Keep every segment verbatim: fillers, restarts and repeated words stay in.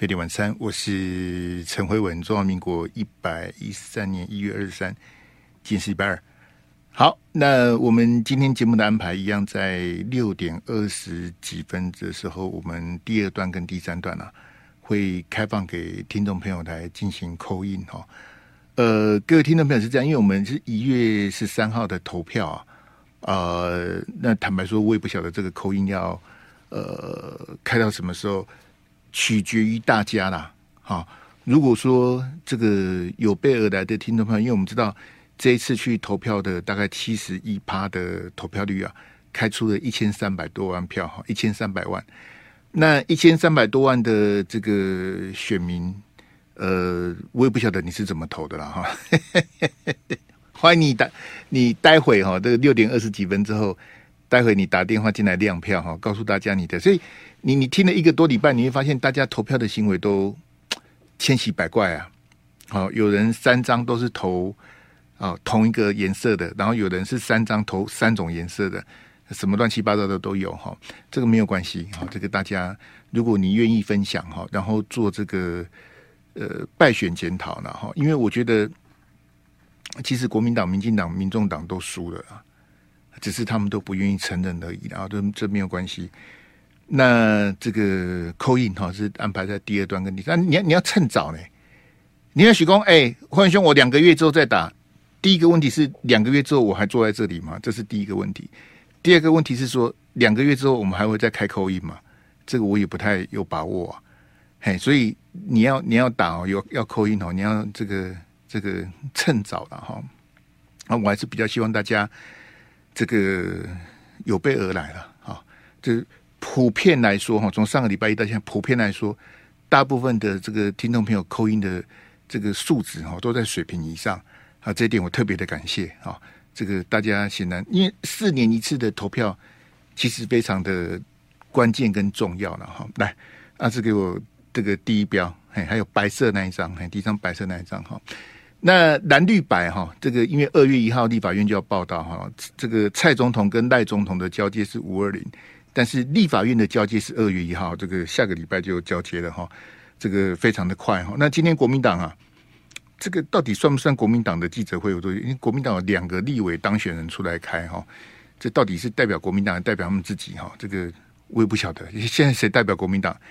点晚餐，我是陈辉文，中华民国一百一十三年一月二十三，今天是礼拜二。好，那我们今天节目的安排一样，在六点二十几分的时候，我们第二段跟第三段啊，会开放给听众朋友来进行call in哈。呃，各位听众朋友是这样，因为我们是一月十三号的投票啊，呃，那坦白说，我也不晓得这个call in要呃开到什么时候。取决于大家啦，好，如果说这个有备而来的听众朋友，因为我们知道这一次去投票的大概七十一趴的投票率啊，开出了一千三百多万票哈，一千三百万，那一千三百多万的这个选民，呃，我也不晓得你是怎么投的啦哈，欢迎你打，你待会哈，这个六点二十几分之后，待会你打电话进来亮票哈，告诉大家你的，所以。你你听了一个多礼拜，你会发现大家投票的行为都千奇百怪啊！好、哦，有人三张都是投啊、哦、同一个颜色的，然后有人是三张投三种颜色的，什么乱七八糟的都有哈、哦。这个没有关系哈、哦，这个大家如果你愿意分享哈、哦，然后做这个呃败选检讨呢哈，因为我觉得其实国民党、民进党、民众党都输了啊，只是他们都不愿意承认而已，然后这这没有关系。那这个call in哈是安排在第二段跟第三，你要你要趁早呢。你要许公，哎、欸，焕兄，我两个月之后再打。第一个问题是两个月之后我还坐在这里吗？这是第一个问题。第二个问题是说两个月之后我们还会再开call in吗？这个我也不太有把握啊。嘿，所以你要你要打哦，有要call in哦，你要这个这个趁早了哈。那我还是比较希望大家这个有备而来了哈，这。普遍来说，哈，从上个礼拜一到现在，普遍来说，大部分的这个听众朋友call in的这个数值哈，都在水平以上啊，这一点我特别的感谢啊。这个大家显然，因为四年一次的投票，其实非常的关键跟重要了哈。来，阿志给我这个第一标，嘿，还有白色那一张，嘿，第一张白色那一张哈。那蓝绿白哈，这个因为二月一号立法院就要报道哈，这个蔡总统跟赖总统的交接是五二零。但是立法院的交接是二月一号，这个下个礼拜就交接了哈，这个非常的快哈。那今天国民党啊，这个到底算不算国民党的记者会？我都因为国民党有两个立委当选人出来开哈，这到底是代表国民党，还是代表他们自己哈？这个我也不晓得。现在谁代表国民党？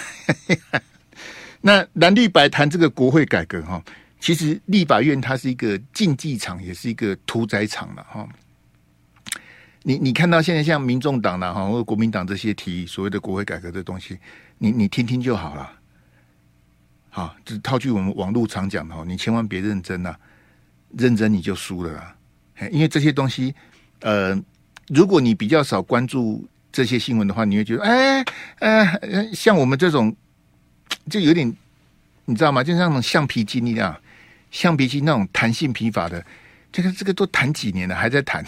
那蓝绿白谈这个国会改革哈，其实立法院它是一个竞技场，也是一个屠宰场了哈。你你看到现在像民众党啦哈，或者国民党这些提所谓的国会改革的东西，你你听听就好了。好，这套句我们网络常讲的哈，你千万别认真啦，认真你就输了啦。因为这些东西，呃，如果你比较少关注这些新闻的话，你会觉得，哎，呃，像我们这种，就有点，你知道吗？就像那种橡皮筋一样，橡皮筋那种弹性疲乏的。这个这个都谈几年了，还在谈。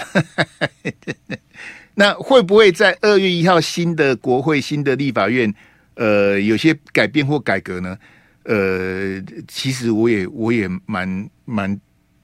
那会不会在二月一号新的国会、新的立法院，呃，有些改变或改革呢？呃，其实我也我也蛮蛮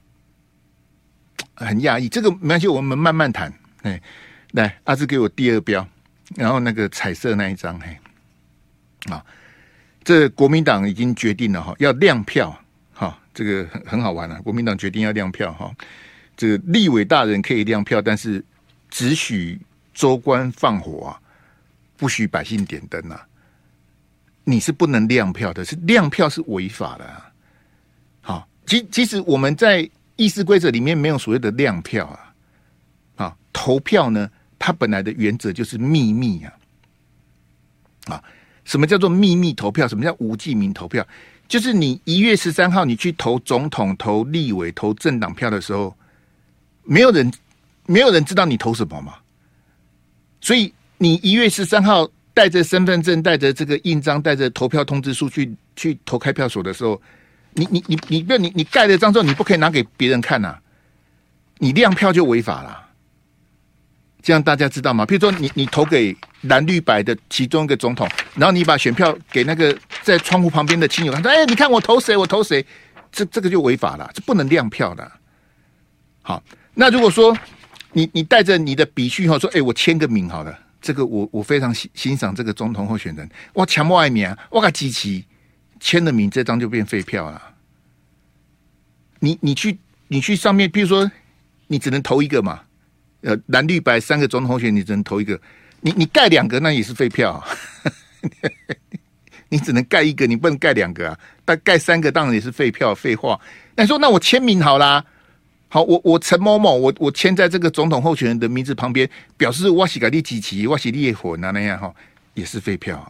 很讶异。这个没关系，我们慢慢谈。哎，来，阿志给我第二标，然后那个彩色那一张，嘿，啊，这国民党已经决定了哈，要亮票。好，这个很很好玩了、啊。国民党决定要亮票哈，这个立委大人可以亮票，但是只许州官放火啊，不许百姓点灯啊。你是不能亮票的，是亮票是违法的、啊。好，其其实我们在议事规则里面没有所谓的亮票啊。啊，投票呢，它本来的原则就是秘密啊。啊，什么叫做秘密投票？什么叫无记名投票？就是你一月十三号你去投总统、投立委、投政党票的时候，没有人没有人知道你投什么嘛。所以你一月十三号带着身份证、带着这个印章、带着投票通知书去去投开票所的时候，你你你你不要你你盖了章之后，你不可以拿给别人看呐、啊，你亮票就违法了。这样大家知道吗？譬如说你你投给蓝绿白的其中一个总统，然后你把选票给那个在窗户旁边的亲友看，说：“哎，你看我投谁？我投谁？”这这个就违法了，这不能亮票的。好，那如果说你你带着你的笔序哈，说：“哎，我签个名好了。”这个我我非常欣赏这个总统候选人，我强不爱名，我个支持， 签了名，这张就变废票了。你你去你去上面，比如说你只能投一个嘛，呃，蓝绿白三个总统候选人，你只能投一个。你你盖两个，那也是废票、啊。你只能盖一个，你不能盖两个啊。但盖三个当然也是废票，废话。那你说，那我签名好啦。好，我我陈某某，我我签在这个总统候选人的名字旁边，表示我是给你支持，我是你的魂啊，那样哈也是废票、啊。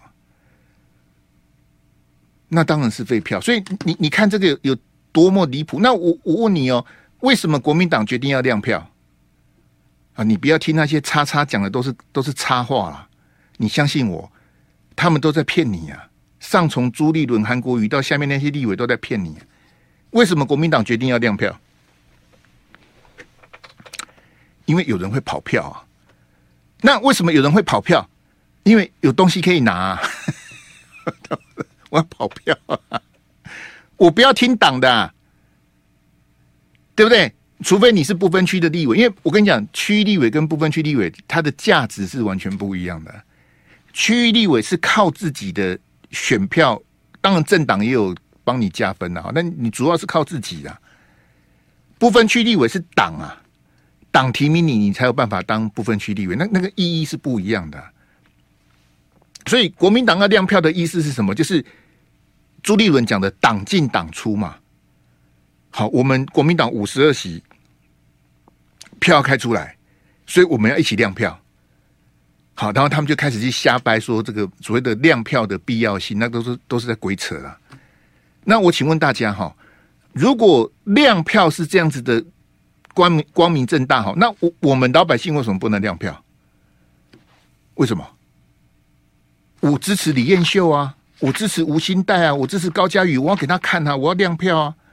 那当然是废票。所以你你看这个有多么离谱。那我我问你哦，为什么国民党决定要亮票啊？你不要听那些叉叉讲的都是都是插话啦，你相信我，他们都在骗你啊。上从朱立伦、韩国瑜到下面那些立委都在骗你、啊。为什么国民党决定要亮票？因为有人会跑票啊。那为什么有人会跑票？因为有东西可以拿、啊。我要跑票、啊，我不要听党的、啊，对不对？除非你是不分区的立委，因为我跟你讲，区域立委跟不分区立委，它的价值是完全不一样的。区域立委是靠自己的选票，当然政党也有帮你加分啊，但你主要是靠自己啊。不分区立委是党啊。党提名你，你才有办法当不分区立委，那那个意义是不一样的、啊。所以国民党要亮票的意思是什么？就是朱立伦讲的党进党出嘛。好，我们国民党五十二席票开出来，所以我们要一起亮票。好，然后他们就开始去瞎掰说这个所谓的亮票的必要性，那都是都是在鬼扯啦。那我请问大家哈，如果亮票是这样子的？光明光明正大好，那我我们老百姓为什么不能亮票？为什么？我支持李彦秀啊，我支持吴欣岱啊，我支持高嘉瑜，我要给他看啊，我要亮票啊。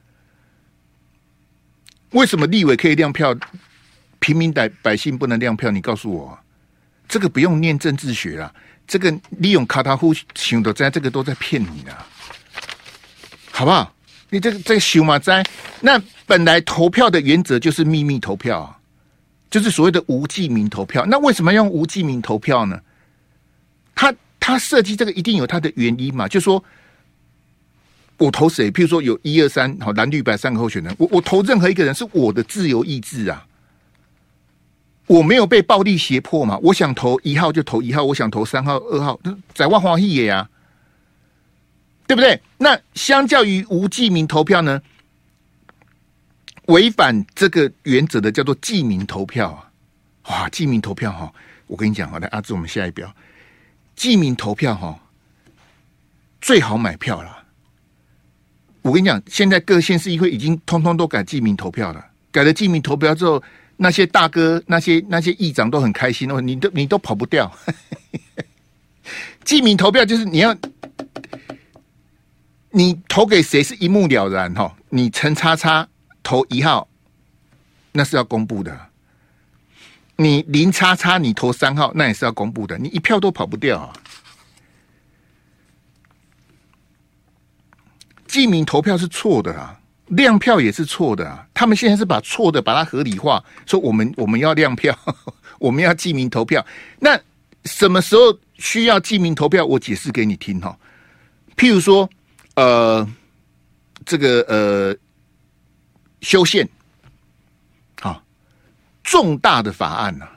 为什么立委可以亮票，平民百百姓不能亮票？你告诉我、啊，这个不用念政治学啦，这个利用卡塔夫想的在这个都在骗你啦，好不好？你这个这个修马灾，那本来投票的原则就是秘密投票啊，就是所谓的无记名投票。那为什么要用无记名投票呢？他他设计这个一定有他的原因嘛，就说我投谁，譬如说有一二三，好蓝绿白三个候选人，我我投任何一个人是我的自由意志啊，我没有被暴力胁迫嘛，我想投一号就投一号，我想投三号、二号，在万华戏呀。对不对？那相较于无记名投票呢，违反这个原则的叫做记名投票啊！哇，记名投票哈，我跟你讲，好来阿志，我们下一表，记名投票哈，最好买票了。我跟你讲，现在各县市议会已经通通都改记名投票了，改了记名投票之后，那些大哥、那些那些议长都很开心哦，你都你都跑不掉。记名投票就是你要。你投给谁是一目了然哈？你陈叉叉投一号，那是要公布的。你林叉叉你投三号，那也是要公布的。你一票都跑不掉啊！记名投票是错的啊，亮票也是错的啊。他们现在是把错的把它合理化，说我们我们要亮票，我们要记名投票。那什么时候需要记名投票？我解释给你听哈。譬如说。呃，这个呃，修宪，好，重大的法案呢、啊，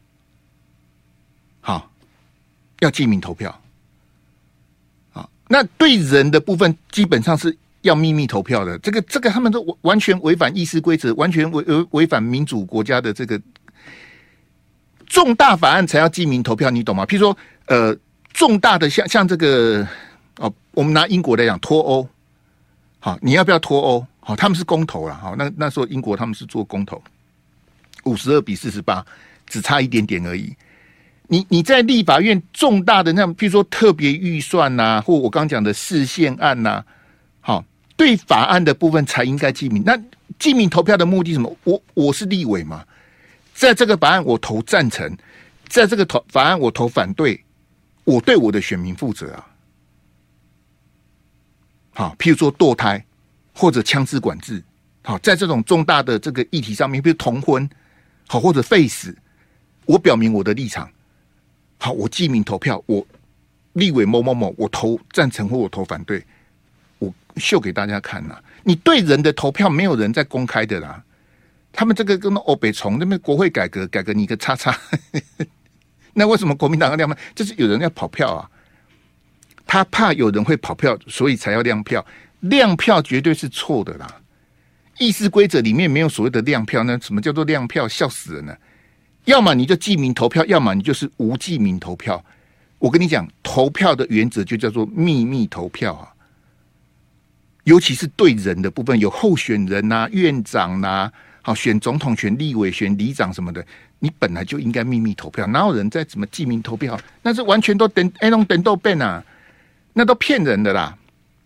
好，要记名投票，好，那对人的部分基本上是要秘密投票的，这个这个他们都完全违反议事规则，完全违违反民主国家的这个重大法案才要记名投票，你懂吗？譬如说，呃，重大的像像这个。哦，我们拿英国来讲脱欧，好，你要不要脱欧？好，他们是公投啦，好，那那时候英国他们是做公投，五十二比四十八，只差一点点而已。你你在立法院重大的那，譬如说特别预算呐、啊，或我刚讲的释宪案呐、啊，好，对法案的部分才应该记名。那记名投票的目的是什么？我我是立委嘛，在这个法案我投赞成，在这个投法案我投反对，我对我的选民负责啊。好，譬如说堕胎或者枪支管制，好，在这种重大的这个议题上面，比如同婚，好或者废死，我表明我的立场。好，我记名投票，我立委某某某，我投赞成或我投反对， 秀给大家看呐、啊。你对人的投票，没有人在公开的啦。他们这个跟欧北从那边国会改革，改革你个叉叉。那为什么国民党要亮票？就是有人要跑票啊，他怕有人会跑票，所以才要亮票。亮票绝对是错的啦。议事规则里面没有所谓的亮票，那什么叫做亮票？笑死人了！要么你就记名投票，要么你就是无记名投票。我跟你讲，投票的原则就叫做秘密投票啊。尤其是对人的部分，有候选人啊、院长啊，好选总统、选立委、选里长什么的，你本来就应该秘密投票。哪有人在怎么记名投票？那是完全都等哎弄等豆变啊，那都骗人的啦。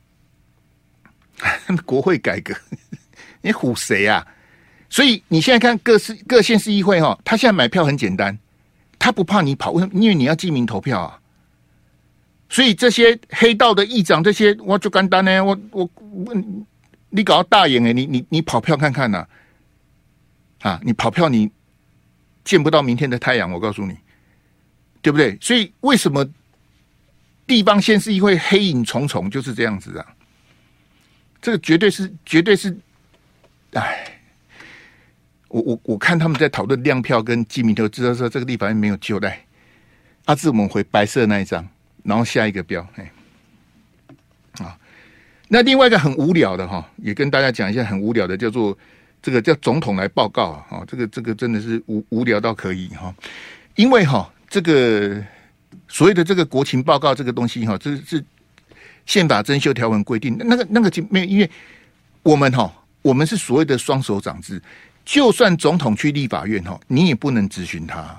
国会改革，你唬谁啊？所以你现在看各市各县市议会哈，他现在买票很简单，他不怕你跑，因为你要记名投票啊。所以这些黑道的议长，这些我就简单呢，我我你搞到大眼哎，你你你跑票看看呐、啊，啊，你跑票你见不到明天的太阳，我告诉你，对不对？所以为什么地方县市议会黑影重重，就是这样子啊？这个绝对是绝对是，哎，我我我看他们在讨论亮票跟记名投，知道说这个地方没有救来。阿志，我们回白色那一张。然后下一个标，哎，啊，那另外一个很无聊的哈，也跟大家讲一下很无聊的，叫做这个叫总统来报告啊，这个这个真的是无无聊到可以哈，因为哈这个所谓的这个国情报告这个东西哈，这是宪法增修条文规定，那个那个就没有，因为我们哈我们是所谓的双手掌制，就算总统去立法院哈，你也不能质询他，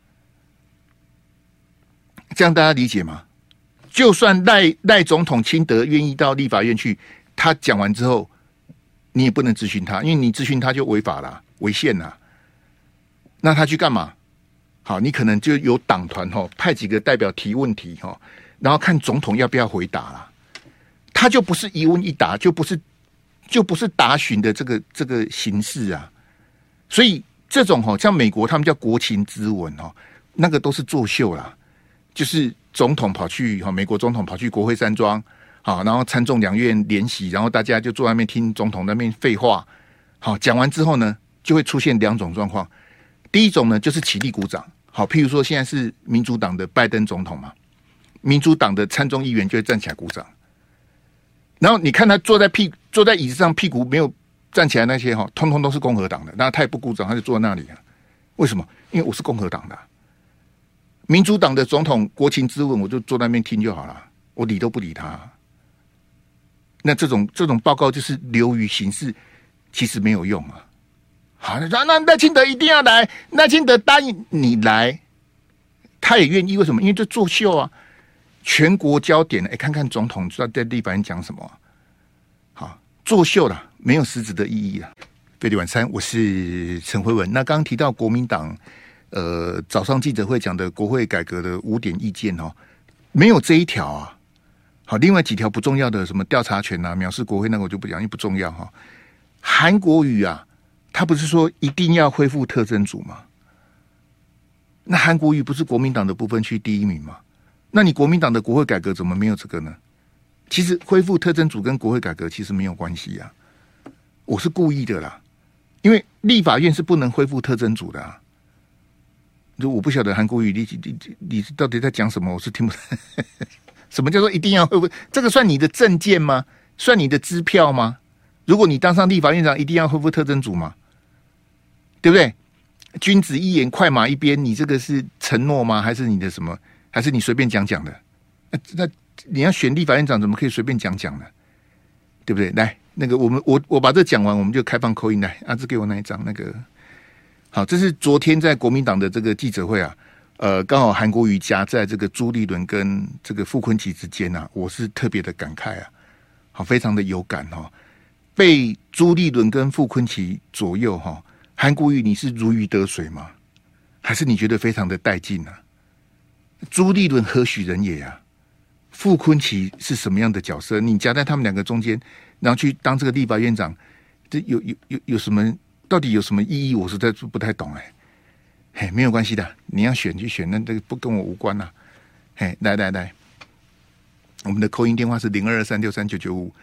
这样大家理解吗？就算赖赖总统亲德愿意到立法院去，他讲完之后，你也不能质询他，因为你质询他就违法了、违宪了。那他去干嘛？好，你可能就有党团哈派几个代表提问题哈，然后看总统要不要回答啦。他就不是一问一答，就不是就不是答询的这个这个形式啊。所以这种哈，像美国他们叫国情咨文哈，那个都是作秀啦。就是总统跑去美国总统跑去国会山庄，好，然后参众两院联席，然后大家就坐在那边听总统那边废话。好，讲完之后呢，就会出现两种状况。第一种呢，就是起立鼓掌。好，譬如说现在是民主党的拜登总统嘛，民主党的参众议员就会站起来鼓掌。然后你看他坐在屁坐在椅子上屁股没有站起来那些哈，通通都是共和党的，那他也不鼓掌，他就坐在那里啊。为什么？因为我是共和党的、啊。民主党的总统国情咨文，我就坐在那边听就好了，我理都不理他。那这种这种报告就是流于形式，其实没有用啊。好，那那赖清德一定要来，赖清德答应你来，他也愿意。为什么？因为这作秀啊，全国焦点。哎，看看总统在立法院讲什么、啊？好，作秀啦，没有实质的意义啦。贝利晚餐，我是陈辉文。那刚刚提到国民党。呃，早上记者会讲的国会改革的五点意见哦，没有这一条啊。好，另外几条不重要的，什么调查权啊、藐视国会那个我就不讲，因为不重要哈、哦。韩国瑜啊，他不是说一定要恢复特侦组吗？那韩国瑜不是国民党的不分区第一名吗？那你国民党的国会改革怎么没有这个呢？其实恢复特侦组跟国会改革其实没有关系啊，我是故意的啦，因为立法院是不能恢复特侦组的啊。就我不晓得韩国瑜你你你到底在讲什么，我是听不懂。什么叫做一定要恢复？这个算你的政见吗？算你的支票吗？如果你当上立法院长，一定要恢复特侦组吗？对不对？君子一言，快马一鞭，你这个是承诺吗？还是你的什么？还是你随便讲讲的？那那你要选立法院长，怎么可以随便讲讲呢？对不对？来，那个我们我我把这讲完，我们就开放call in来。阿志给我那一张那个。好，这是昨天在国民党的这个记者会啊，呃，刚好韩国瑜夹在这个朱立伦跟这个傅崐萁之间啊，我是特别的感慨啊，好，非常的有感哈、哦。被朱立伦跟傅崐萁左右哈、哦，韩国瑜你是如鱼得水吗？还是你觉得非常的带劲啊？朱立伦何许人也啊？傅崐萁是什么样的角色？你夹在他们两个中间，然后去当这个立法院长，这有有有有什么？到底有什么意义？我实在不太懂哎，嘿，没有关系的，你要选就选，那这个不跟我无关呐。嘿，来来来，我们的扣音电话是零二二三六三九九五，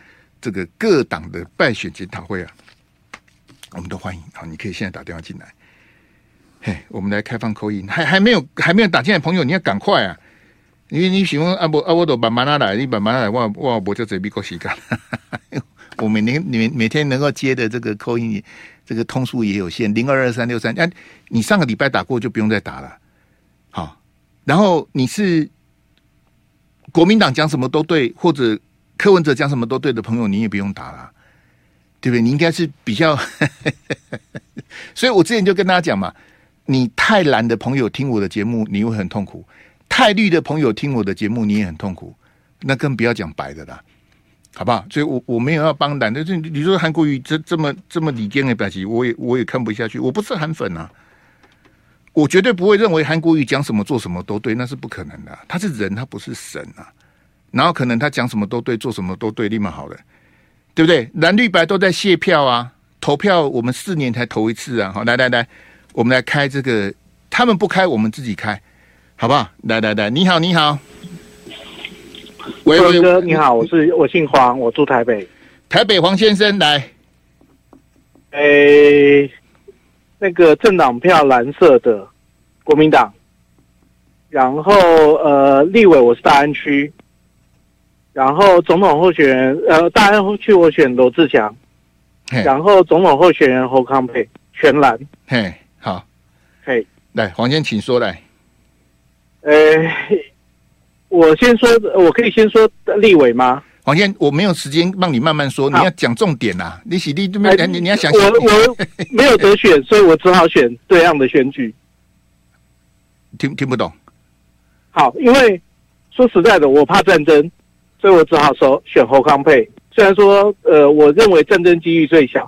这个各党的败选检讨会啊，我们都欢迎。好，你可以现在打电话进来。嘿，我们来开放call in，还还没有还没有打进来的朋友，你要赶快啊！因为你喜欢啊不啊，我都慢慢来，你慢慢来，我我我就这边够时间。我每年每每天能够接的这个call in，这个通数也有限，零二二三六三。哎，你上个礼拜打过就不用再打了。好，然后你是国民党讲什么都对，或者柯文哲讲什么都对的朋友，你也不用打了，对不对？你应该是比较，所以我之前就跟大家讲嘛，你太蓝的朋友听我的节目，你会很痛苦；太绿的朋友听我的节目，你也很痛苦。那更不要讲白的啦，好不好？所以我我没有要帮蓝，但是你说韩国瑜这这么这么理奸的表情，我也我也看不下去。我不是韩粉啊。我绝对不会认为韩国瑜讲什么做什么都对，那是不可能的、啊。他是人，他不是神啊。然后可能他讲什么都对，做什么都对，立马好了，对不对？蓝绿白都在谢票啊，投票我们四年才投一次啊。好，来来来，我们来开这个，他们不开，我们自己开，好不好？来来来，你好，你好， 喂喂哥，你好，我是我姓黄，我住台北。 台北黄先生来， 诶。那个政党票蓝色的国民党，然后呃立委我是大安区，然后总统候选人呃大安区我选罗志强，然后总统候选人侯康沛全蓝。 嘿，好， 嘿， 来黄先请说来。 呃，我先说，我可以先说立委吗？ 黄先，我没有时间让你慢慢说，你要讲重点啊！你喜力对不对？你你要想， 我我没有得选，所以我只好选这样的选举。 听听不懂。 好，因为说实在的，我怕战争，所以我只好说选侯康沛。虽然说，呃，我认为战争几率最小。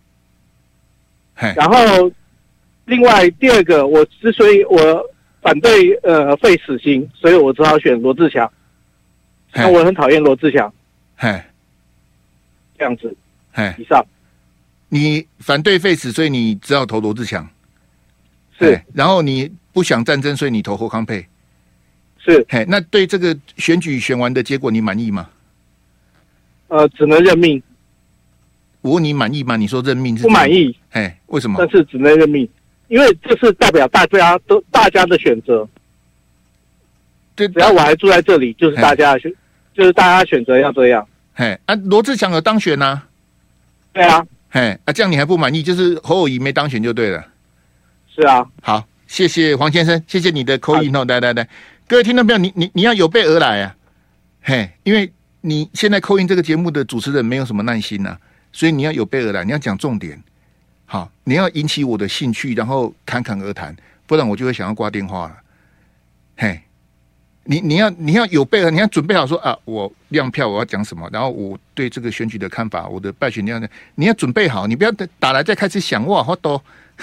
然后，另外第二个，我之所以我反对呃废死刑，所以我只好选罗志强。那我很讨厌罗志祥。 嘿， 这样子， 嘿， 以上， 你反对废死，所以你只好投罗志强， 是， 然后你不想战争，所以你投侯康沛， 是， 嘿，那对这个选举选完的结果你满意吗？ 呃，只能认命。 我问你满意吗？你说认命是不满意， 嘿，为什么？ 但是只能认命，因为这是代表大家都大家的选择。 对， 只要我还住在这里，就是大家选，就是大家选择要这样。 嘿，啊，罗志祥有当选啊？ 对啊。 嘿，啊，这样你还不满意？就是侯友宜没当选就对了。 是啊。 好，谢谢黄先生，谢谢你的口音哦。来来来，各位听众朋友，你你你要有备而来啊。嘿，因为你现在口音这个节目的主持人没有什么耐心啊，所以你要有备而来，你要讲重点。好，你要引起我的兴趣，然后侃侃而谈，不然我就会想要挂电话了。嘿。你你要你要有备了，你要准备好说啊，我亮票我要讲什么，然后我对这个选举的看法，我的败选量，你要准备好，你不要打来再开始想哇，好多。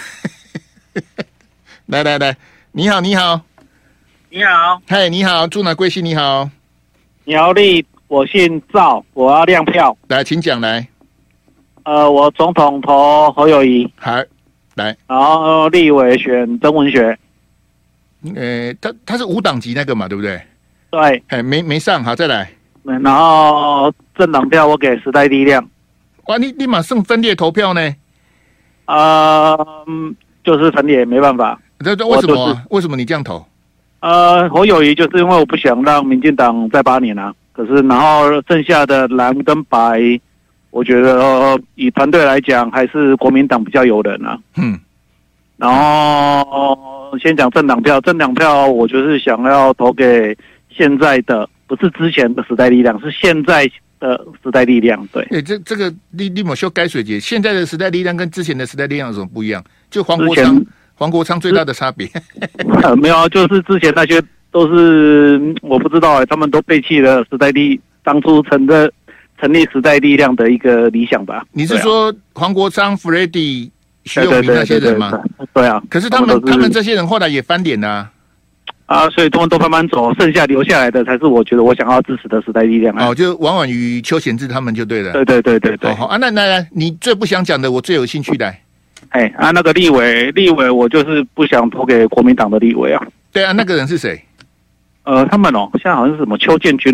来来来，你好你好， 你好， 嗨你好，住哪贵姓？你好， 苗栗，我姓赵，我要亮票， 来请讲来。 呃，我总统投侯友宜， 好，来， 然后立委选曾文学。 呃，他他是无党籍那个嘛，对不对？ 对， 哎，没没上，好，再来。 然后政党票我给时代力量。 哇，你立马剩分裂投票呢？ 呃，就是分裂，没办法。 这这为什么、啊就是？为什么你这样投？ 呃，侯友宜就是因为我不想让民进党再八年啊。可是，然后剩下的蓝跟白，我觉得、呃、以团队来讲，还是国民党比较有人啊。嗯。然后先讲政党票，政党票我就是想要投给现在的，不是之前的时代力量，是现在的时代力量。对， 对，这这个立立某修改水节，现在的时代力量跟之前的时代力量有什么不一样？就黄国昌，黄国昌最大的差别、 呃、没有，就是之前那些都是我不知道、欸，他们都背弃了时代力当初成的成立时代力量的一个理想吧？ 你是说黄国昌、弗雷迪？徐永明那些人吗？ 对啊， 可是他们他们, 他们这些人后来也翻脸啊， 啊，所以他们都慢慢走，剩下留下来的才是我觉得我想要支持的时代力量、啊。 哦，就王婉瑜、邱显智他们就对了。 对对对对对。 哦、好啊，那那来，你最不想讲的，我最有兴趣的。 哎啊，那个立委，立委我就是不想投给国民党的立委啊。 对啊，那个人是谁？ 呃，他们哦，现在好像是什么邱建军哦。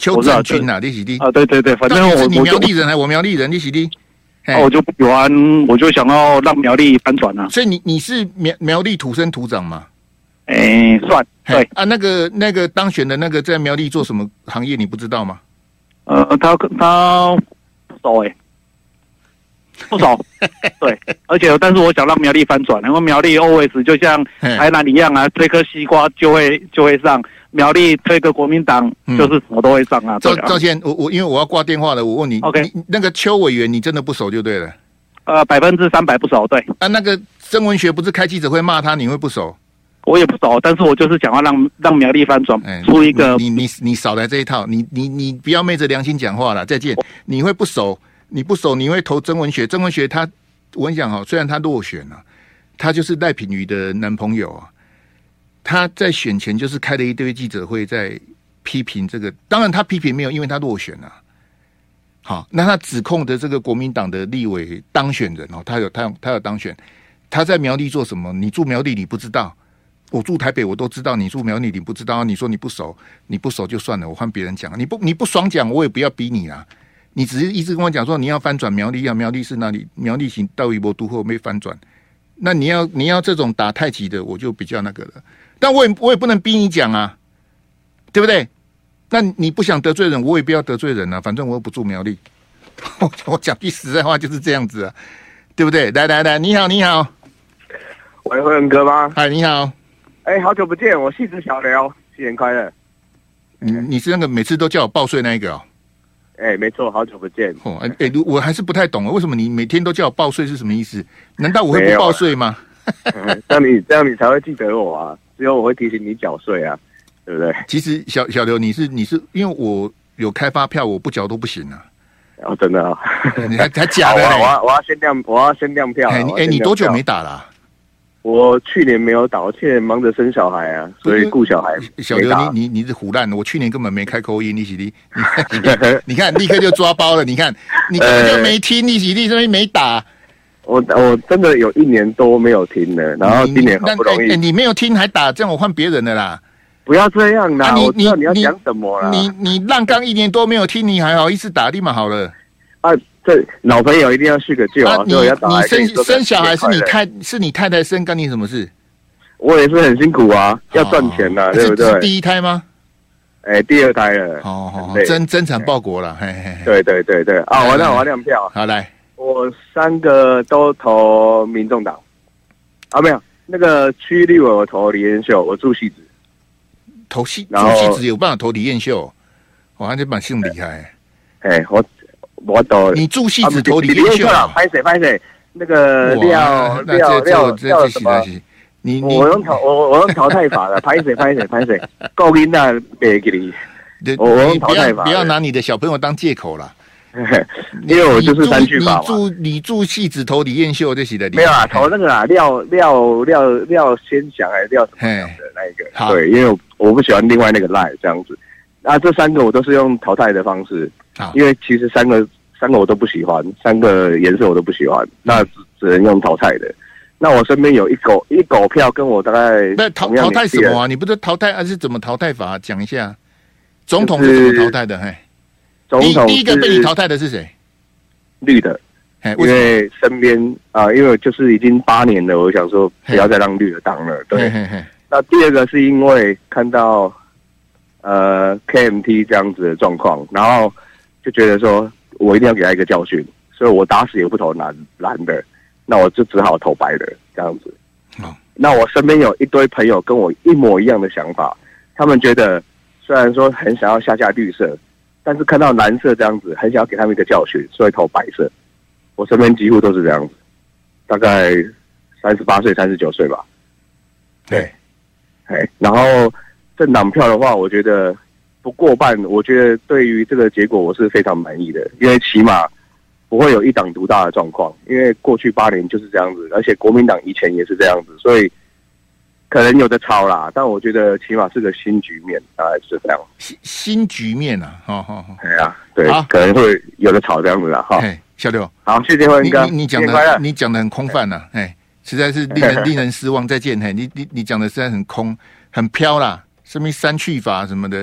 邱正军呐，你是你啊？对对对，反正我你苗栗人还我苗栗人，你是你。 啊，我就不喜欢，我就想要让苗栗翻转啊。 所以你你是苗苗栗土生土长吗？ 哎、欸，算对啊。那个那个当选的那个在苗栗做什么行业，你不知道吗？ 呃，他他不熟哎、欸，不熟。对，而且但是我想让苗栗翻转，因为苗栗 always 就像台南一样啊，推颗西瓜就会就会上。苗栗推个国民党，就是什么都会上啊。 赵赵先，我我因为我要挂电话了，我问你 ，OK， 你那个邱委员，你真的不熟就对了。 呃，百分之三百不熟，对。 啊，那个曾文学不是开记者会骂他，你会不熟？ 我也不熟，但是我就是想要让让苗栗翻转，哎、出一个。 你你 你, 你少来这一套，你你你不要昧着良心讲话了。再见，你会不熟，你不熟，你会投曾文学。曾文学他，我跟你讲哈，虽然他落选了、啊，他就是赖品妤的男朋友啊。他在选前就是开了一堆记者会，在批评这个。当然，他批评没有，因为他落选了、啊。好，那他指控的这个国民党的立委当选人哦，他有他有他有当选，他在苗栗做什么？你住苗栗你不知道，我住台北我都知道。你住苗栗你不知道，你说你不熟，你不熟就算了，我换别人讲。你不你不爽讲，我也不要逼你啦。你只是一直跟我讲说你要翻转苗栗啊，苗栗是哪里？苗栗行到一波都后没翻转。那你要你要这种打太极的，我就比较那个了。但我也我也不能逼你讲啊，对不对？那你不想得罪人，我也不要得罪人啊。反正我又不住苗栗，我讲句实在话就是这样子啊，对不对？来来来，你好你好， 喂，辉文哥吗？ 嗨，你好。 哎、欸，好久不见，我戏子小刘，新年快乐。 你你是那个每次都叫我报税那一个哦？ 哎、欸，没错，好久不见。 哦，哎、欸，我还是不太懂，为什么你每天都叫我报税是什么意思？难道我会不报税吗？ 嗯、这样你这样你才会记得我啊，只有我会提醒你缴税啊，对不对？ 其实小小刘，你是你是因为我有开发票，我不缴都不行啊。 哦，真的啊、 哦？你还还假的、欸？ 我要我要先亮，我要先亮票。 哎、欸欸，你多久没打了、啊？ 我去年没有打，我去年忙着生小孩啊，所以顾小孩。 小刘，你你你是胡乱的，我去年根本没开口音，你喜力，你看，你看立刻就抓包了，你看你根本就没听，你喜力这边没打。 我我真的有一年多没有听了，然后今年好不容易， 欸欸、你没有听还打，这样我换别人的啦。 不要这样啦！啊、 你我知道你要讲什么啦。 你你浪刚一年多没有听，你还好意思打立马好了。 啊，这老朋友一定要叙个旧啊！ 你所以要打你生生小孩是你太是你太太生，干你什么事？ 我也是很辛苦啊，要赚钱呐、啊，对不对？ 是第一胎吗？ 哎、欸，第二胎了。 哦哦，真真产报国了，嘿嘿嘿。 对对对对，啊，我那我要亮票。 好来。 我三个都投民众党，啊没有，那个区立委我投李彦秀，我住汐止， 投汐住汐止有办法投李彦秀，我还得蛮姓厉害。 哎、欸，我我投你住汐止投李彦秀， 拍谁拍谁，那个廖廖廖廖什么？ 你你我用淘我我用淘汰法的，拍谁拍谁拍谁，够音那别给你，我我用淘汰法， 不要拿你的小朋友当借口啦。 因为我就是三句法嘛。 你住你住戏子投李彦秀这些的， 没有啊，投那个啊廖廖廖廖先祥还是廖什么的那一个，对，因为我我不喜欢另外那个赖这样子。啊，这三个我都是用淘汰的方式，因为其实三个三个我都不喜欢，三个颜色我都不喜欢，那只只能用淘汰的。那我身边有一狗一狗票跟我大概不淘淘汰什么啊？你不是淘汰，还是怎么淘汰法？讲一下，总统是怎么淘汰的？嘿。 总统第一个被你淘汰的是谁？ 绿的，因为身边啊、呃，因为就是已经八年了，我想说不要再让绿的当了。对，嘿嘿嘿，那第二个是因为看到呃 K M T 这样子的状况，然后就觉得说我一定要给他一个教训，所以我打死也不投蓝蓝的，那我就只好投白的这样子。哦，那我身边有一堆朋友跟我一模一样的想法，他们觉得虽然说很想要下架绿色。但是看到蓝色这样子，很想要给他们一个教训，所以投白色。我身边几乎都是这样子，大概三十八岁、三十九岁吧。对，哎，然后政党票的话，我觉得不过半，我觉得对于这个结果我是非常满意的，因为起码不会有一党独大的状况。因为过去八年就是这样子，而且国民党以前也是这样子，所以。可能有的吵啦，但我觉得起码是个新局面，大概是这样。 新新局面啊，好好好， 对啊，对，可能会有的吵这样子啦，哈。 小六， 好，谢谢辉哥， 你你讲的你讲的很空泛呐，哎，实在是令人令人失望。再见，嘿，你你你讲的实在很空，很飘啦，什么删去法什么的，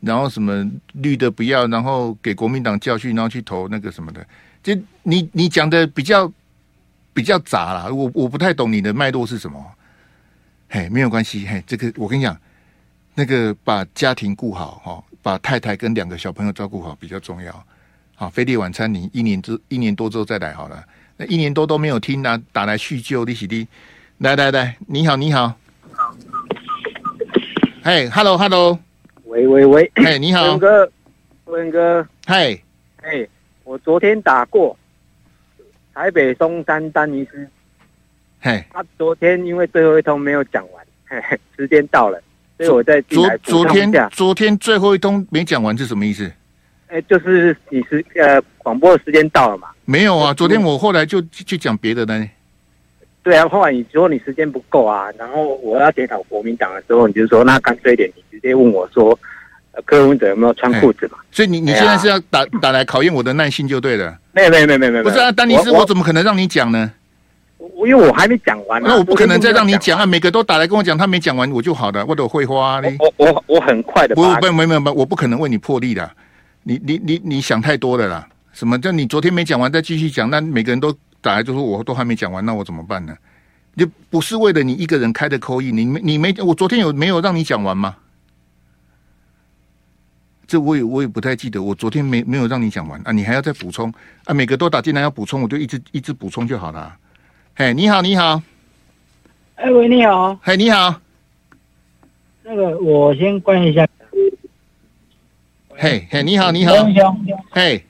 然后什么绿的不要，然后给国民党教训，然后去投那个什么的，就你你讲的比较比较杂啦，我我不太懂你的脉络是什么。嘿，没有关系，嘿，这个我跟你讲，那个把家庭顾好哈，把太太跟两个小朋友照顾好比较重要。好，飞碟晚餐你一年之一年多之后再来好了，那一年多都没有听啊，打来叙旧，你是的，来来来，你好你好，嘿 ，hello hello。 喂喂喂， 哎，你好， 文哥，文哥， 嗨， 哎，我昨天打过台北松山丹尼斯， 嘿， 他昨天因为最后一通没有讲完，嘿嘿，时间到了，所以我再进来昨昨天补充一下。 昨天最后一通没讲完是什么意思？ 哎，就是你时呃广播的时间到了嘛？ 没有啊，昨天我后来就去讲别的呢。 对啊，后来你说你时间不够啊，然后我要检讨国民党的时候，你就说那干脆一点，你直接问我说，呃，柯文哲有没有穿裤子嘛？ 所以你你现在是要打打来考验我的耐性就对了。 没有没有没有没有没有， 不是啊，丹尼斯，我怎么可能让你讲呢？ 我因为我还没讲完、啊， 那我不可能再让你讲啊！每个都打来跟我讲，他没讲完我就好了，我都会花嘞。 我我我很快的， 不不没没没，我不可能为你破例的。你你你你想太多了啦！什么叫你昨天没讲完再继续讲？那每个人都打来就说我都还没讲完，那我怎么办呢？就不是为了你一个人开的口音，你没你没我昨天有没有让你讲完吗？这我也我也不太记得，我昨天没没有让你讲完啊，你还要再补充啊？每个都打进来要补充，我就一直一直补充就好了。嘿，你好，你好， 哎喂，你好， 嘿，你好， 那个我先关一下。 嘿嘿，你好，你好， 兄兄， 嘿，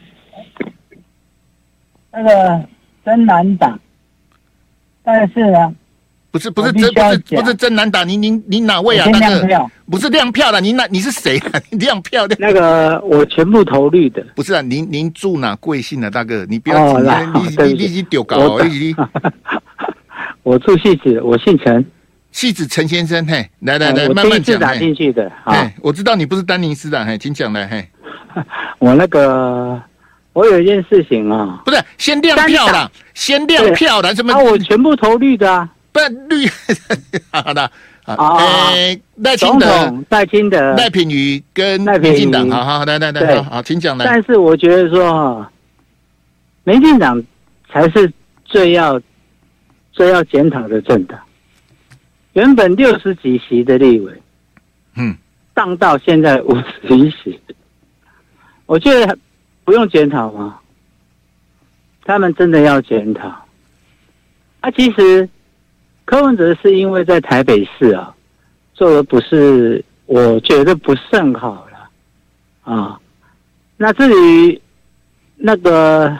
那个真难打，但是呢， 不是不是真不是不是真难打，您您您哪位啊？那个不是亮票的，您那你是谁啊？亮票的那个我全部投绿的。 不是啊，您您住哪贵姓的大哥？你不要紧张，你你你丢搞，你我住戏子，我姓陈。 戏子陈先生，嘿，来来来，慢慢讲。 打进去的， 哎，我知道你不是丹尼斯的，嘿，请讲来，嘿。 我那个，我有一件事情啊， 不是先亮票啦，先亮票啦，什么？ 啊，我全部投绿的啊， 不绿，好的， 啊， 哎，赖清德、 赖清德、 赖品妤跟民进党，好好来来来，好好，请讲来。 但是我觉得说，民进党才是最要最要检讨的政党。原本六十几席的立委， 嗯， 荡到现在五十一席，我觉得不用检讨吗？他们真的要检讨。啊，其实柯文哲是因为在台北市啊，做的不是，我觉得不甚好了啊。那至于那个，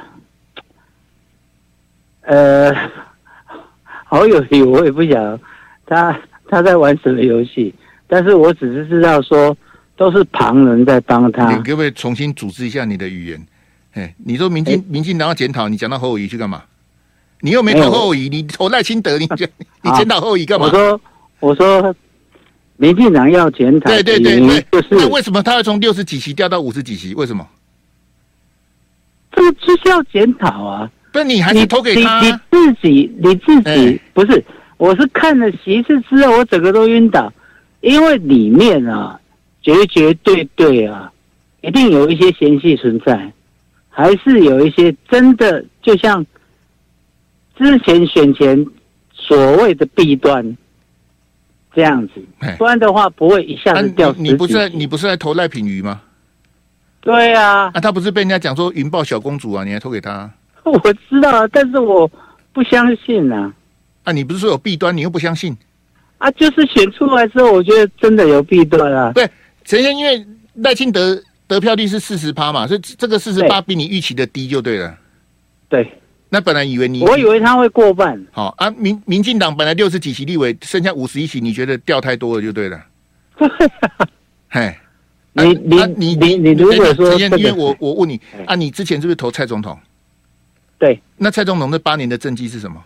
呃，好友谊，我也不想。他他在玩什么游戏？但是我只是知道说，都是旁人在帮他。 你可不可以重新组织一下你的语言？哎，你说民进、欸、民进党要检讨，你讲到侯友宜去干嘛？你又没投侯友宜，你投赖清德，你你检讨侯友宜干嘛？ 我说我说，民进党要检讨， 对对对对， 就是那为什么他会从六十几席掉到五十几席？为什么？ 这个就是要检讨啊！ 不是你还是投给他、啊你？你自己你自己、欸、不是。我是看了席次之后，我整个都晕倒，因为里面啊，绝绝对对啊，一定有一些嫌隙存在，还是有一些真的，就像之前选前所谓的弊端这样子，不然的话不会一下子掉、啊。 你不是你不是在投赖品妤吗？ 对啊， 啊，他不是被人家讲说云豹小公主啊，你还投给他？ 我知道啊，但是我不相信啊。 啊，你不是说有弊端，你又不相信？ 啊，就是选出来之后，我觉得真的有弊端啊。 对，陈先，因为赖清德得票率是四十趴嘛，所以这个四十八比你预期的低就对了。 对， 那本来以为你， 我以为他会过半。 好啊，民民进党本来六十几席立委，剩下五十一席，你觉得掉太多了就对了。嘿， 你你你你你如果说， 陈先，因为我我问你啊，你之前是不是投蔡总统？ 对， 那蔡总统这八年的政绩是什么？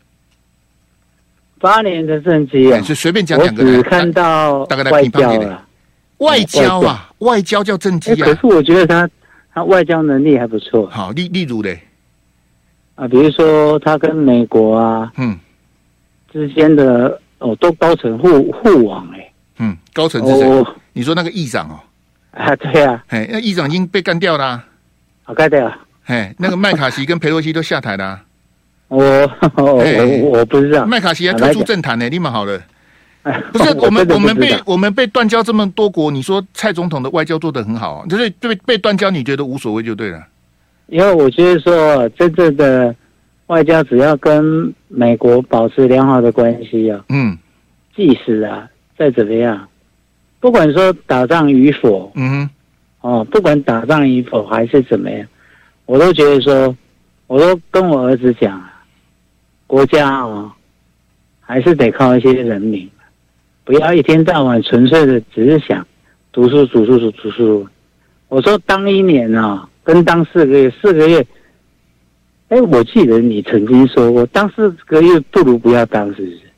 八年的政绩啊， 就随便讲两个， 我只看到大概外交了。 外交啊，外交叫政绩啊。 可是我觉得他他外交能力还不错。 好，例例如嘞， 啊，比如说他跟美国啊， 嗯， 之间的哦，都高层互互往哎、欸。 嗯，高层是谁？哦、你说那个议长哦？ 啊，对啊， 哎，那议长已经被干掉了、啊， 好干掉。 哎，那个麦卡锡跟裴洛西都下台了、啊。 我我我我不知道， 麦卡锡还退出政坛呢、欸，你蛮好的。不是我们， 我我们被我们被断交这么多国，你说蔡总统的外交做得很好、啊，就是被被断交，你觉得无所谓就对了。 因为我觉得说，真正的外交只要跟美国保持良好的关系啊， 嗯， 即使啊再怎么样，不管说打仗与否， 嗯哼， 哦，不管打仗与否还是怎么样，我都觉得说，我都跟我儿子讲，国家啊、哦，还是得靠一些人民。不要一天到晚纯粹的只是想读书读书读读书。我说当一年啊、哦，跟当四个月，四个月，哎，我记得你曾经说过，当四个月不如不要当，是不是？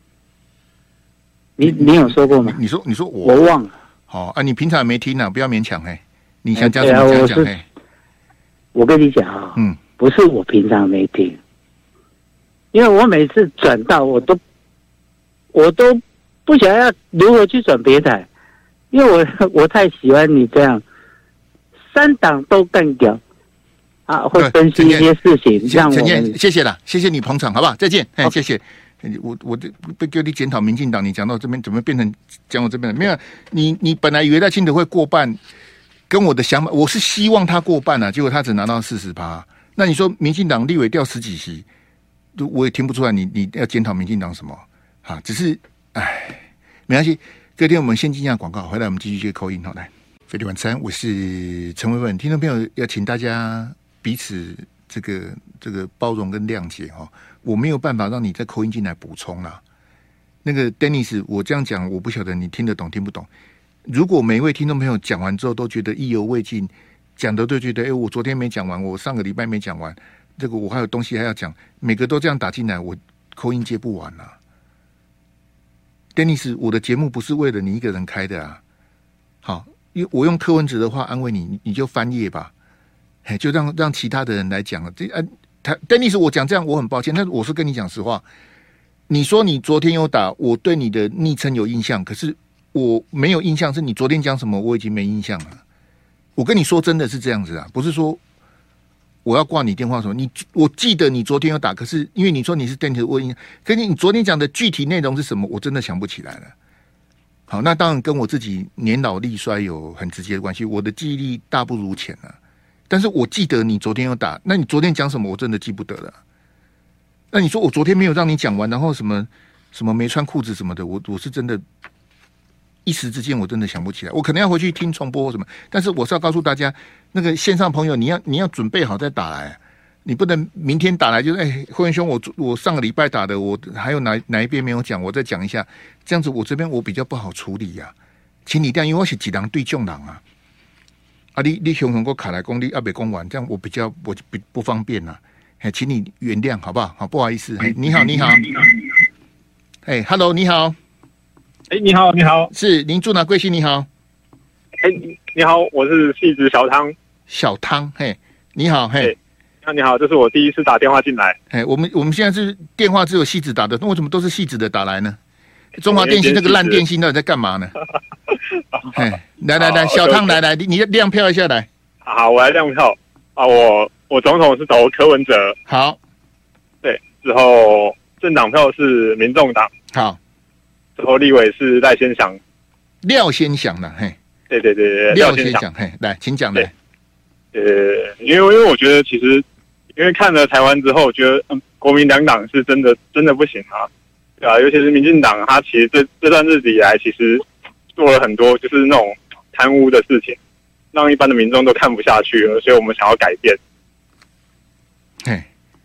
你你有说过吗？ 你说你说我我忘了。 好、哦、啊，你平常也没听啊，不要勉强嘿。你想讲什么讲讲嘿。 我跟你讲啊、哦， 嗯， 不是我平常没听，因为我每次转到我都我都。不想要如何去转别台，因为我我太喜欢你这样，三党都干掉啊，会分析一些事情，让我们谢谢啦，谢谢你捧场，好不好？再见，哎，谢谢。我我被叫你检讨民进党，你讲到这边怎么变成讲我这边？没有，你你本来以为赖清德会过半，跟我的想法，我是希望他过半啊，结果他只拿到四十趴。那你说民进党立委掉十几席，我也听不出来你你要检讨民进党什么啊？只是。哎，没关系。隔天我们先进一下广告，回来我们继续接call in。好，来，飞利晚餐，我是陈维文。听众朋友，要请大家彼此这个这个包容跟谅解哈。我没有办法让你再call in进来补充啦。那个 Dennis， 我这样讲，我不晓得你听得懂听不懂。如果每一位听众朋友讲完之后都觉得意犹未尽，讲的都觉得，哎，我昨天没讲完，我上个礼拜没讲完，这个我还有东西还要讲，每个都这样打进来，我call in接不完啦。Dennis， 我的节目不是为了你一个人开的啊。好，因为我用柯文哲的话安慰你，你就翻页吧，嘿，就让让其他的人来讲了。这啊，他 Dennis， 我讲这样我很抱歉，但是我是跟你讲实话。你说你昨天有打，我对你的昵称有印象，可是我没有印象，是你昨天讲什么我已经没印象了。我跟你说真的是这样子啊，不是说我要挂你电话什么，你我记得你昨天有打，可是因为你说你是电台，我印象，可是你昨天讲的具体内容是什么，我真的想不起来了。好，那当然跟我自己年老力衰有很直接的关系，我的记忆力大不如前了。但是我记得你昨天有打，那你昨天讲什么，我真的记不得了。那你说我昨天没有让你讲完，然后什么什么没穿裤子什么的，我我是真的。一时之间我真的想不起来，我可能要回去听重播或什么。但是我是要告诉大家，那个线上朋友，你要你要准备好再打来，你不能明天打来就是哎，慧文兄，我我上个礼拜打的，我还有哪哪一边没有讲，我再讲一下，这样子我这边我比较不好处理呀、啊。请你这样，因为我是几人对众人啊，啊你你熊熊给我卡来公你阿北公完，这样我比较我不不方便呐、啊，哎，请你原谅好不好？好，不好意思，哎，你好你好，哎 ，Hello 你好。 哎，你好，你好， 是您住哪？贵姓？你好， 哎，你好，我是戏子小汤， 小汤，嘿，你好，嘿， 你好，你好，这是我第一次打电话进来， 哎，我们我们现在是电话只有戏子打的，那为什么都是戏子的打来呢？中华电信那个烂电信到底在干嘛呢？哎，来来来，小汤来来，你你亮票一下来， 好，我来亮票啊，我我总统是投柯文哲， 好， 对，之后政党票是民众党， 好。 之后立委是赖先祥， 廖先祥了，嘿， 对对对， 廖先祥，嘿，来，请讲来。 呃，因为因为我觉得其实，因为看了台湾之后，我觉得嗯，国民两党是真的真的不行啊，对啊，尤其是民进党，他其实这这段日子以来，其实做了很多就是那种贪污的事情，让一般的民众都看不下去了，所以我们想要改变。 嘿，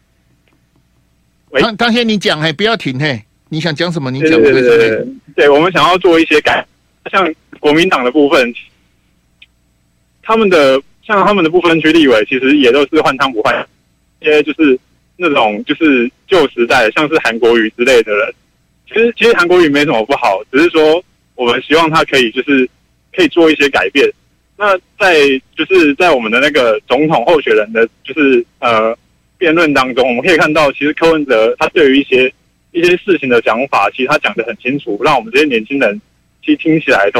当当先你讲，嘿，不要停，嘿。你想讲什么？你讲。 对对对对，对我们想要做一些改，像国民党的部分，他们的像他们的不分区立委，其实也都是换汤不换，一些就是那种就是旧时代的，像是韩国瑜之类的人。其实其实韩国瑜没什么不好，只是说我们希望他可以就是可以做一些改变。那在就是在我们的那个总统候选人的就是呃辩论当中，我们可以看到，其实柯文哲他对于一些一些事情的讲法，其实他讲得很清楚，让我们这些年轻人其实听起来都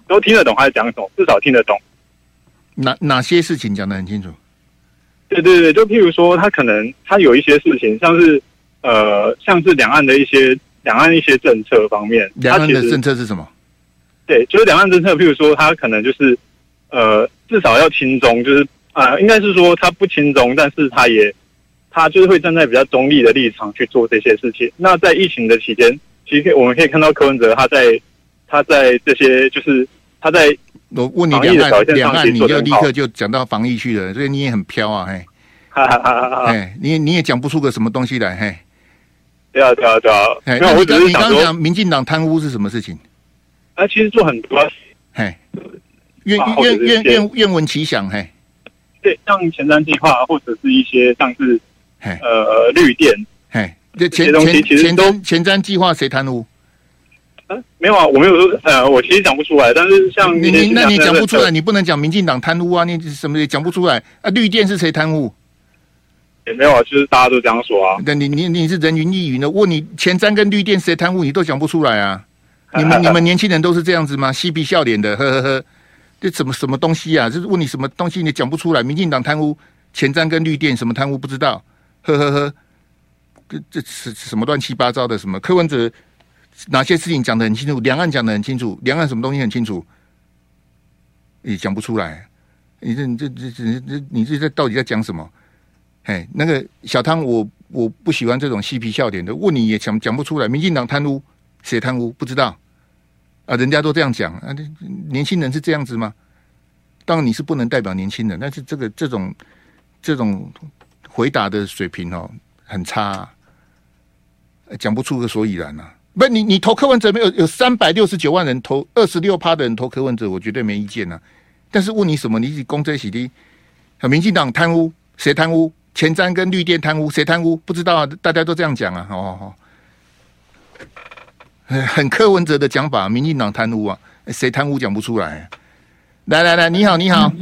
都听得懂他在讲什么，至少听得懂。 哪哪些事情讲得很清楚？ 对对对，就譬如说，他可能他有一些事情，像是呃，像是两岸的一些两岸一些政策方面， 两岸的政策是什么？ 对，就是两岸政策，譬如说，他可能就是呃，至少要亲中，就是呃，应该是说他不亲中，但是他也他就是会站在比较中立的立场去做这些事情。那在疫情的期间，其实我们可以看到柯文哲他在他在这些就是他在。 我问你两岸，两岸你就立刻就讲到防疫去了，所以你也很飘啊，嘿， 哈哈哈哈哎，你你也讲不出个什么东西来，嘿， 对啊对啊对啊， 哎，那你刚你刚讲民进党贪污是什么事情？ 啊，其实做很多， 嘿，愿愿愿愿愿闻其详，嘿， 对，像前瞻计划或者是一些像是呃绿电， 嘿，这前前前瞻前瞻计划谁贪污？ 啊、没有啊，我没有说，呃，我其实讲不出来。但是像你你那你讲不出来，你不能讲民进党贪污啊，你什么也讲不出来啊？绿电是谁贪污？ 也没有啊，就是大家都这样说啊。 那你你你是人云亦云的，问你前瞻跟绿电谁贪污，你都讲不出来啊？你们你们年轻人都是这样子吗？嬉皮笑脸的，呵呵呵，这什么什么东西啊？就是问你什么东西，你讲不出来。民进党贪污前瞻跟绿电什么贪污不知道，呵呵呵，这这是什么乱七八糟的？什么柯文哲？哪些事情讲得很清楚？两岸讲得很清楚，两岸什么东西很清楚？你讲不出来，你这你这这这这你这这到底在讲什么？哎，那个小汤，我我不喜欢这种嬉皮笑脸的，问你也讲讲不出来。民进党贪污，谁贪污？不知道啊，人家都这样讲啊。年轻人是这样子吗？当然你是不能代表年轻人，但是这个这种这种回答的水平哦很差、啊，讲不出个所以然啊。不，你你投柯文哲没有？有三百六十九万人投，二十六趴的人投柯文哲，我绝对没意见啊。但是问你什么？你是公这洗的？民进党贪污，谁贪污？前瞻跟绿电贪污，谁贪污？不知道啊，大家都这样讲啊。哦哦，很柯文哲的讲法，民进党贪污啊，谁贪污讲不出来、啊。来来来，你好，你好，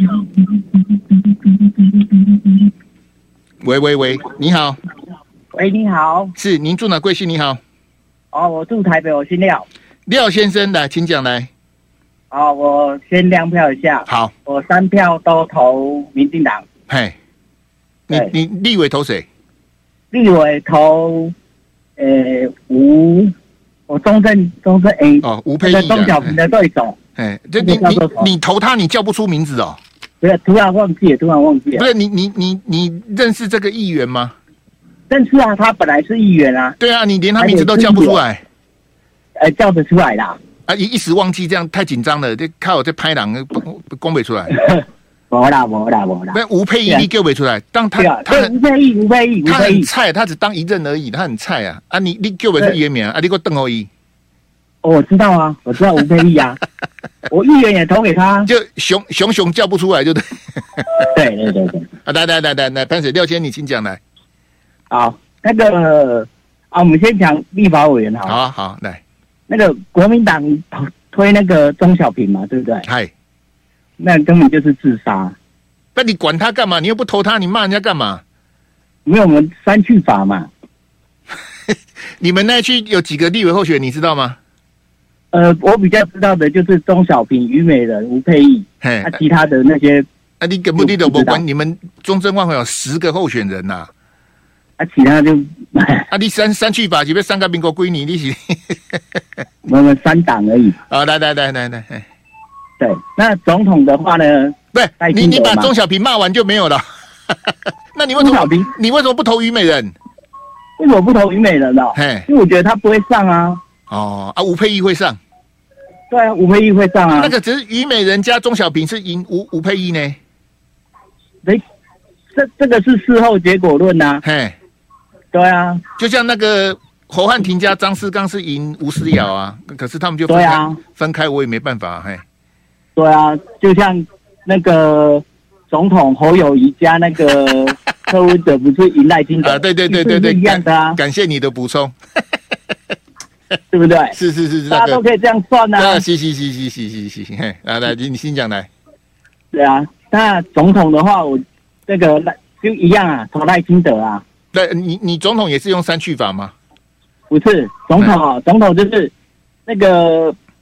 喂喂喂，你好， 喂，你好， 是您住哪贵姓？你好。 哦，我住台北，我姓廖。 廖先生，来，请讲来。 哦，我先亮票一下。 好， 我三票都投民进党。 嘿，你你立委投谁？ 立委投，呃，吴，我中正中正诶， 哦，吴佩益钟小平的对手。 哎，这你你你投他，你叫不出名字哦。 不是，突然忘记了，突然忘记了。 不是你你你你认识这个议员吗？ 认识啊，他本来是议员啊。 对啊，你连他名字都叫不出来。 呃，叫得出来啦。 啊，一一时忘记，这样太紧张了。这靠我在拍档，讲不出来。 没啦，没啦，没啦。 那吴佩益你叫不出来，当他他吴佩益，吴佩益， 他很菜，他只当一任而已，他很菜啊。啊，你你叫不出议员名啊？你给我邓后一。 哦，我知道啊，我知道吴佩益啊，我议员也投给他。 就熊熊熊叫不出来，就对。 对对对对。 啊，来来来来来，潘水廖先，你请讲来。 好，那个啊，我们先讲立法委员好。 好啊，好来。 那个国民党推那个钟小平嘛，对不对？ 嗨， 那根本就是自杀。 那你管他干嘛？你又不投他，你骂人家干嘛？ 因为我们三去法嘛。 你们那一区有几个立委候选人，你知道吗？ 呃，我比较知道的就是钟小平、虞美人、吴佩益，啊，其他的那些， 啊，你根本你都不管。你们中正万华有十个候选人呐、啊。 啊，其他就啊，你三三去法，前面三个民国归你，你是我们三党而已。 啊，来来来来来， 对，那总统的话呢？ 对，你你把钟小平骂完就没有了。那你为什么你为什么不投虞美人？ 为什么不投虞美人呢？ 嘿， 因为我觉得他不会上啊。 哦啊，吴佩益会上。 对啊，吴佩益会上啊。 那个只是虞美人加钟小平是赢吴吴佩益呢？ 哎，这这个是事后结果论呐、啊。 嘿。 对啊， 就像那个侯汉廷加张世刚是赢吴思瑶啊，可是他们就分开，啊、分开我也没办法，嘿。 对啊，就像那个总统侯友宜加那个柯文哲不是赢赖清德啊？对对对对对， 一样的啊。 感谢你的补充， 对不对？ 是是是， 大家都可以这样算啊。 是是是是是是是，嘿，来来，你你先讲来。 对啊，那总统的话，我这个就一样啊，投赖清德啊。 对，你你总统也是用三去法吗？ 不是，总统啊，总统就是那个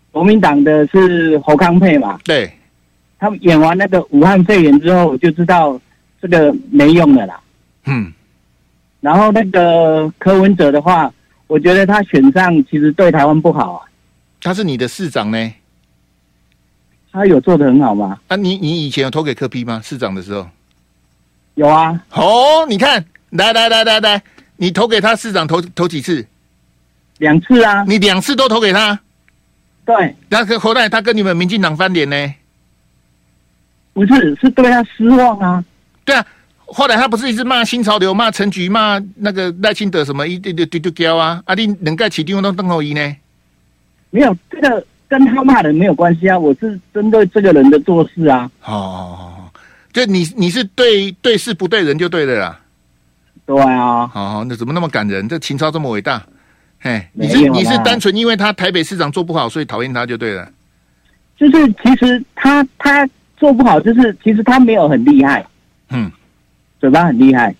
国民党的是侯康沛嘛？ 对， 他们演完那个武汉肺炎之后，我就知道这个没用了啦。 嗯， 然后那个柯文哲的话，我觉得他选上其实对台湾不好啊。 他是你的市长呢？ 他有做得很好吗？ 啊，你你以前有投给柯 P 吗？市长的时候有啊。 哦，你看，来来来来来，你投给他市长投投几次？ 两次啊。 你两次都投给他？ 对。 那后来他跟你们民进党翻脸呢？ 不是，是对他失望啊。 对啊，后来他不是一直骂新潮流、骂陈菊、骂那个赖清德什么一堆堆堆丢啊？啊，你能盖起定都邓后仪呢？ 没有，这个跟他骂人没有关系啊，我是针对这个人的做事啊。 哦，就你你是对对事不对人就对了啦。 对啊。 哦，那怎么那么感人？这情操这么伟大？嘿，你是你是单纯因为他台北市长做不好，所以讨厌他就对了。 就是其实他他做不好，就是其实他没有很厉害， 嗯， 嘴巴很厉害，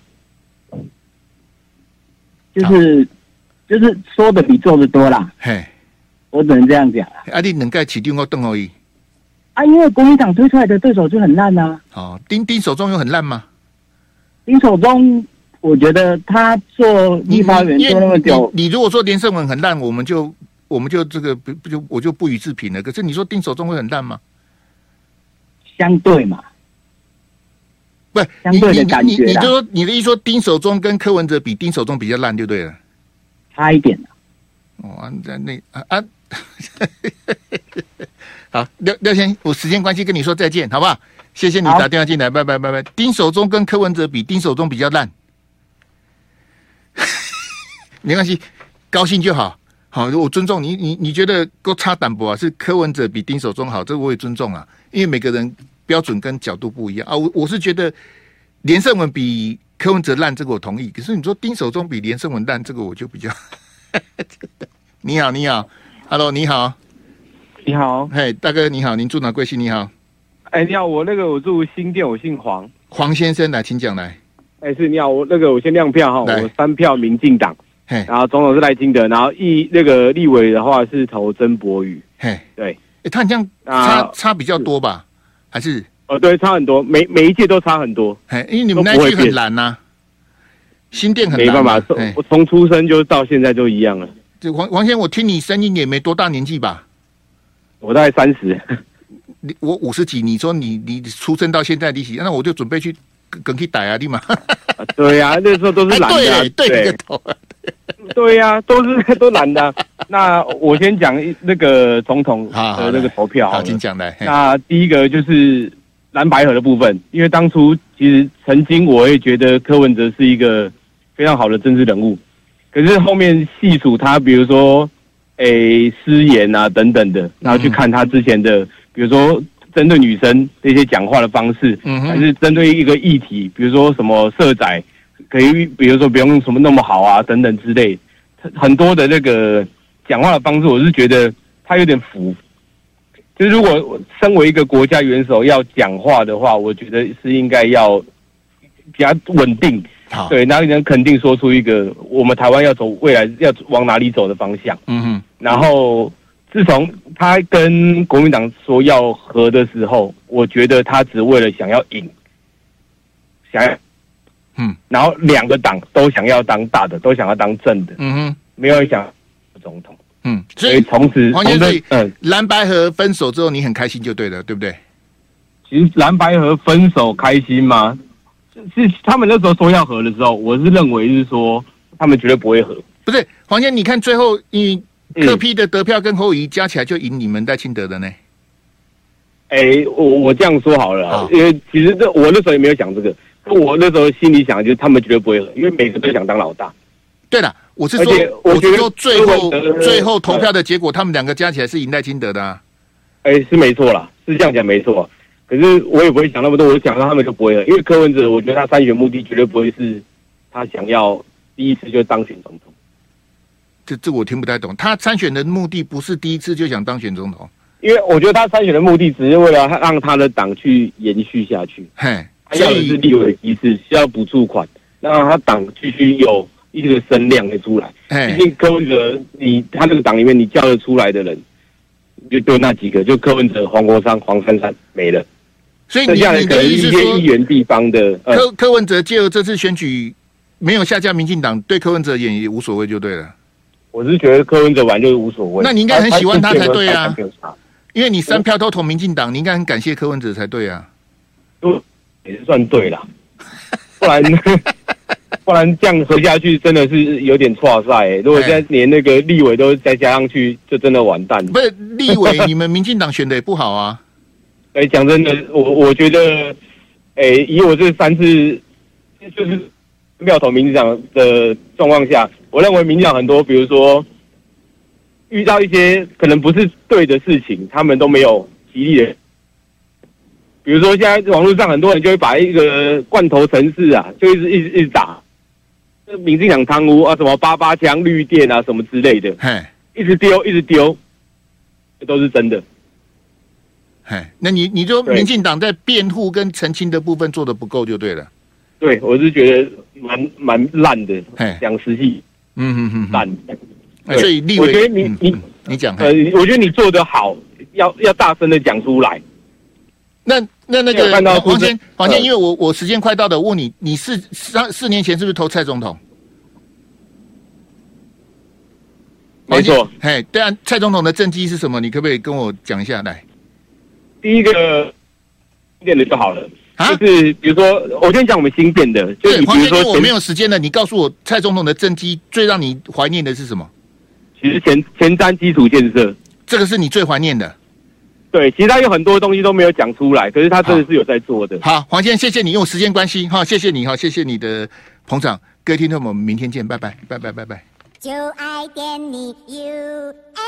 就是就是说的比做的多啦。 嘿。 我只能这样讲啊！ 啊，你能盖起定我邓而已啊，因为国民党推出来的对手就很烂啊。 哦，丁丁守中有很烂吗？ 丁守中，我觉得他做立法委员做那么久， 你, 你, 你如果说连胜文很烂，我们就我们就这个不就我就不予置评了。可是你说丁守中会很烂吗？ 相对嘛， 不， 相对的感觉啦。 你你你你就说你的意思说丁守中跟柯文哲比，丁守中比较烂就对了， 差一点了。 哦，在那啊啊。好，廖廖先生，我时间关系跟你说再见，好不好？谢谢你打电话进来，拜拜拜拜。丁守中跟柯文哲比，丁守中比较烂，没关系，高兴就好。好，我尊重你，你你觉得够差淡薄啊？是柯文哲比丁守中好，这个我也尊重啊，因为每个人标准跟角度不一样啊。我我是觉得连胜文比柯文哲烂，这个我同意。可是你说丁守中比连胜文烂，这个我就比较。你好，你好 ，Hello， 你好， 你好， 嘿，大哥你好，您住哪？贵姓？你好， 哎，你好，我那个我住新店，我姓黄， 黄先生来，请讲来。 哎，是你好，我那个我先亮票哈，我三票民进党， 嘿， 然后总统是赖清德，然后议那个立委的话是投曾国瑜， 嘿， 对， 哎，他这样差差比较多吧？还是？ 哦，对，差很多，每每一届都差很多， 嘿，因为你们那一区很蓝呐、啊。新店很没办法，我从出生就到现在就一样了。 这王王先生，我听你声音也没多大年纪吧？ 我大概三十， 你我五十几。你说你你出生到现在利息，那我就准备去跟去打啊，你嘛？ 对呀、啊，那时候都是蓝的、啊， 哎、对对对对呀、啊，都是都蓝的、啊。那我先讲那个总统的那个投票好， 好，请讲来。 那第一个就是蓝白合的部分，因为当初其实曾经我也觉得柯文哲是一个非常好的政治人物，可是后面细数他，比如说，诶失言啊等等的，然后去看他之前的，比如说针对女生这些讲话的方式，嗯，还是针对一个议题，比如说什么社宅，可以比如说不用什么那么好啊等等之类，很多的那个讲话的方式，我是觉得他有点浮。就是如果身为一个国家元首要讲话的话，我觉得是应该要比较稳定。对，然后能肯定说出一个我们台湾要走未来要往哪里走的方向。嗯哼。然后自从他跟国民党说要和的时候，我觉得他只为了想要赢，想要，嗯，然后两个党都想要当大的，都想要当正的。嗯哼。没有想总统。 嗯， 所以从此黄先生，嗯，蓝白合分手之后，你很开心就对了，对不对？ 其实蓝白合分手开心吗？是他们那时候说要和的时候，我是认为是说他们绝对不会和。 不是黄先生，你看最后你柯 P 的得票跟侯友宜加起来就赢你们赖清德的呢。 哎、欸，我我这样说好了，好，因为其实这我那时候也没有想这个，我那时候心里想就是他们绝对不会和，因为每个都想当老大。 对了，我是说，我是说最后最后投票的结果，他们两个加起来是赢赖清德的啊。 哎、欸，是没错啦，是这样讲没错。可是我也不会想那么多，我想到他们就不会了，因为柯文哲，我觉得他参选目的绝对不会是他想要第一次就当选总统。 这这我听不太懂，他参选的目的不是第一次就想当选总统， 因为我觉得他参选的目的只是为了让他的党去延续下去。嘿，他要的是立委机制，需要补助款，让他党继续有一个声量的出来。毕竟柯文哲，你他这个党里面你叫得出来的人， 就就那几个，就柯文哲、黄国昌、黄珊珊没了。 所以你你的意思是说， 议员地方的柯、呃、柯文哲借由这次选举没有下架民进党，对柯文哲也无所谓就对了。 我是觉得柯文哲玩就是无所谓。 那你应该很喜欢他才对啊，因为你三票都投民进党，你应该很感谢柯文哲才对啊。 也是算对啦，不然不然这样合下去真的是有点挫赛、欸。如果现在连那个立委都再加上去，就真的完蛋。 不是立委，你们民进党选的也不好啊。 哎、欸，讲真的，我我觉得，哎、欸，以我这三次就是票投民进党的状况下，我认为民进党很多，比如说遇到一些可能不是对的事情，他们都没有极力的。比如说现在网络上很多人就会把一个罐头城市啊，就一直一直一直打，民进党贪污啊，什么八八枪、绿电啊，什么之类的，一直丢一直丢，这都是真的。 那你你就民进党在辩护跟澄清的部分做得不够就对了。 对，我是觉得蛮蛮烂的，讲实际， 嗯嗯嗯， 烂。 所以立委， 我觉得你、嗯、你你讲， 呃，我觉得你做得好，要要大声的讲出来。 那那那个黄先黄先，因为我我时间快到的，问你，你四三四年前是不是投蔡总统？ 没错， 嘿，对啊，蔡总统的政绩是什么？你可不可以跟我讲一下？来， 第一个变的就好了，啊、就是比如说，我先讲我们新变的，就是黄先生，我没有时间了，你告诉我蔡总统的政绩最让你怀念的是什么？ 其实前前瞻基础建设， 这个是你最怀念的。 对，其实他有很多东西都没有讲出来，可是他真的是有在做的。 好，黄先生，谢谢你，因为时间关系哈，谢谢你哈，谢谢你的捧场，各位听众，我们明天见，拜拜，拜拜，拜拜。就爱点你 U。